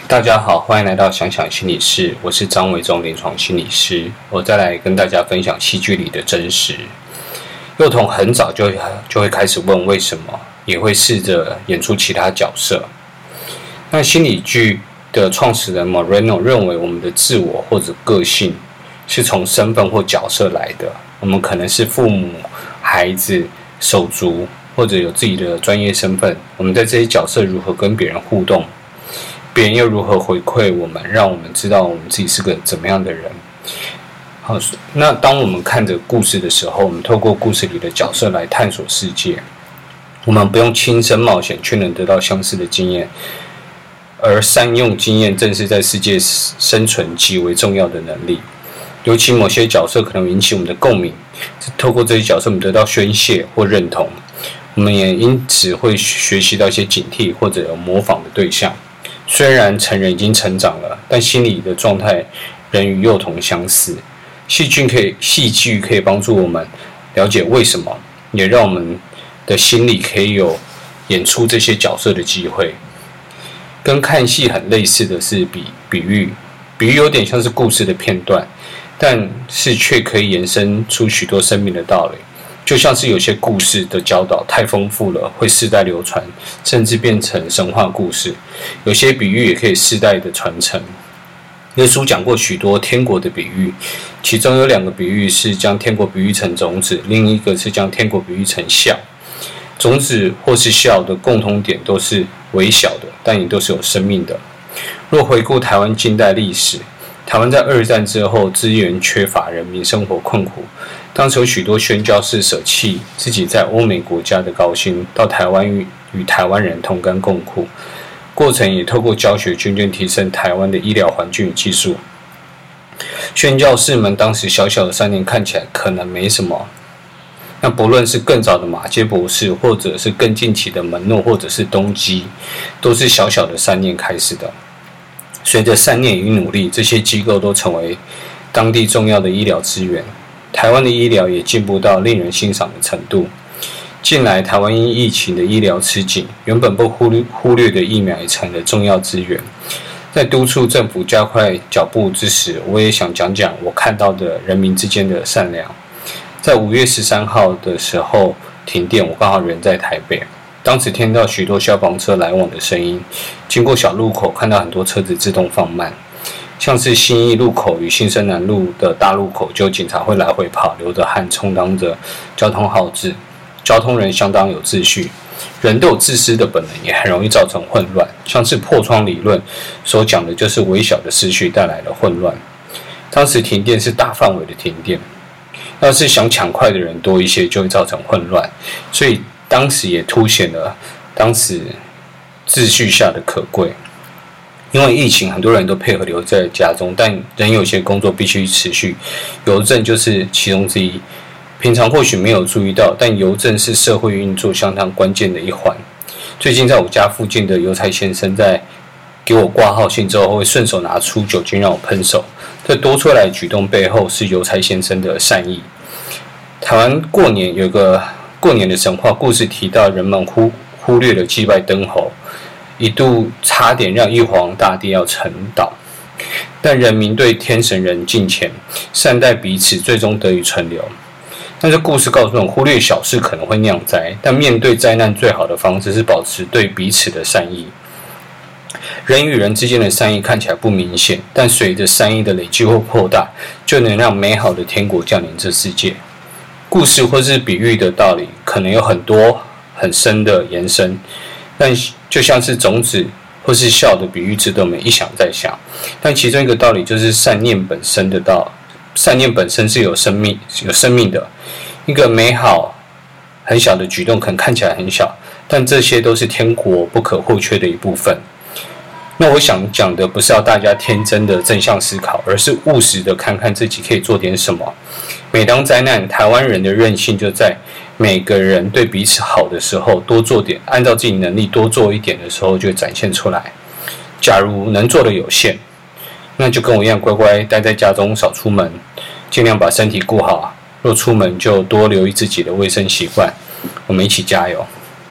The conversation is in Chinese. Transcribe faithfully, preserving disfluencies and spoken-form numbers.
大家好，欢迎来到想想心理室，我是张维忠临床心理师。我再来跟大家分享戏剧里的真实。幼童很早就就会开始问为什么，也会试着演出其他角色。那心理剧的创始人 Moreno 认为，我们的自我或者个性是从身份或角色来的。我们可能是父母、孩子、手足，或者有自己的专业身份。我们在这些角色如何跟别人互动，别人又如何回馈我们，让我们知道我们自己是个怎么样的人。好，那当我们看着故事的时候，我们透过故事里的角色来探索世界。我们不用亲身冒险，却能得到相似的经验。而善用经验，正是在世界生存极为重要的能力。尤其某些角色可能引起我们的共鸣，透过这些角色，我们得到宣泄或认同。我们也因此会学习到一些警惕或者有模仿的对象。虽然成人已经成长了，但心理的状态仍与幼童相似。戏剧可以，戏剧可以帮助我们了解为什么，也让我们的心理可以有演出这些角色的机会。跟看戏很类似的是比比喻，比喻有点像是故事的片段，但是却可以延伸出许多生命的道理。就像是有些故事的教导太丰富了，会世代流传，甚至变成神话故事。有些比喻也可以世代的传承。耶稣讲过许多天国的比喻，其中有两个比喻是将天国比喻成种子，另一个是将天国比喻成笑。种子或是笑的共同点都是微小的，但也都是有生命的。若回顾台湾近代历史，台湾在二战之后资源缺乏，人民生活困苦。当时有许多宣教士舍弃自己在欧美国家的高薪，到台湾与与台湾人同甘共苦，过程也透过教学渐渐提升台湾的医疗环境与技术。宣教士们当时小小的善念看起来可能没什么，那不论是更早的马偕博士，或者是更近期的门诺，或者是东基，都是小小的善念开始的。随着善念与努力，这些机构都成为当地重要的医疗资源。台湾的医疗也进步到令人欣赏的程度。近来台湾因疫情的医疗吃紧，原本被忽略忽略的疫苗也成了重要资源。在督促政府加快脚步之时，我也想讲讲我看到的人民之间的善良。在五月十三号的时候停电，我刚好人在台北，当时听到许多消防车来往的声音，经过小路口看到很多车子自动放慢，像是信义路口与新生南路的大路口，就有警察会来回跑，流着汗充当着交通号志，交通人相当有秩序。人都有自私的本能，也很容易造成混乱，像是破窗理论所讲的，就是微小的失序带来了混乱。当时停电是大范围的停电，要是想抢快的人多一些，就会造成混乱，所以当时也凸显了当时秩序下的可贵。因为疫情，很多人都配合留在家中，但仍有些工作必须持续，邮政就是其中之一。平常或许没有注意到，但邮政是社会运作相当关键的一环。最近在我家附近的邮差先生在给我挂号信之后，会顺手拿出酒精让我喷手。这多出来的举动背后是邮差先生的善意。台湾过年有个过年的神话故事，提到人们忽忽略了祭拜灯侯，一度差点让玉皇大帝要沉岛。但人民对天神人敬虔，善待彼此，最终得以存留。但是故事告诉我们，忽略小事可能会酿灾，但面对灾难最好的方式是保持对彼此的善意。人与人之间的善意看起来不明显，但随着善意的累积或扩大，就能让美好的天国降临这世界。故事或是比喻的道理可能有很多很深的延伸，但就像是种子或是笑的比喻，值得我们一想再想。但其中一个道理就是善念本身的道，善念本身是有生命、有生命的。一个美好、很小的举动，可能看起来很小，但这些都是天国不可或缺的一部分。那我想讲的不是要大家天真的正向思考，而是务实的看看自己可以做点什么。每当灾难，台湾人的韧性就在每个人对彼此好的时候多做点，按照自己能力多做一点的时候就展现出来。假如能做的有限，那就跟我一样乖乖待在家中，少出门，尽量把身体顾好。若出门就多留意自己的卫生习惯。我们一起加油。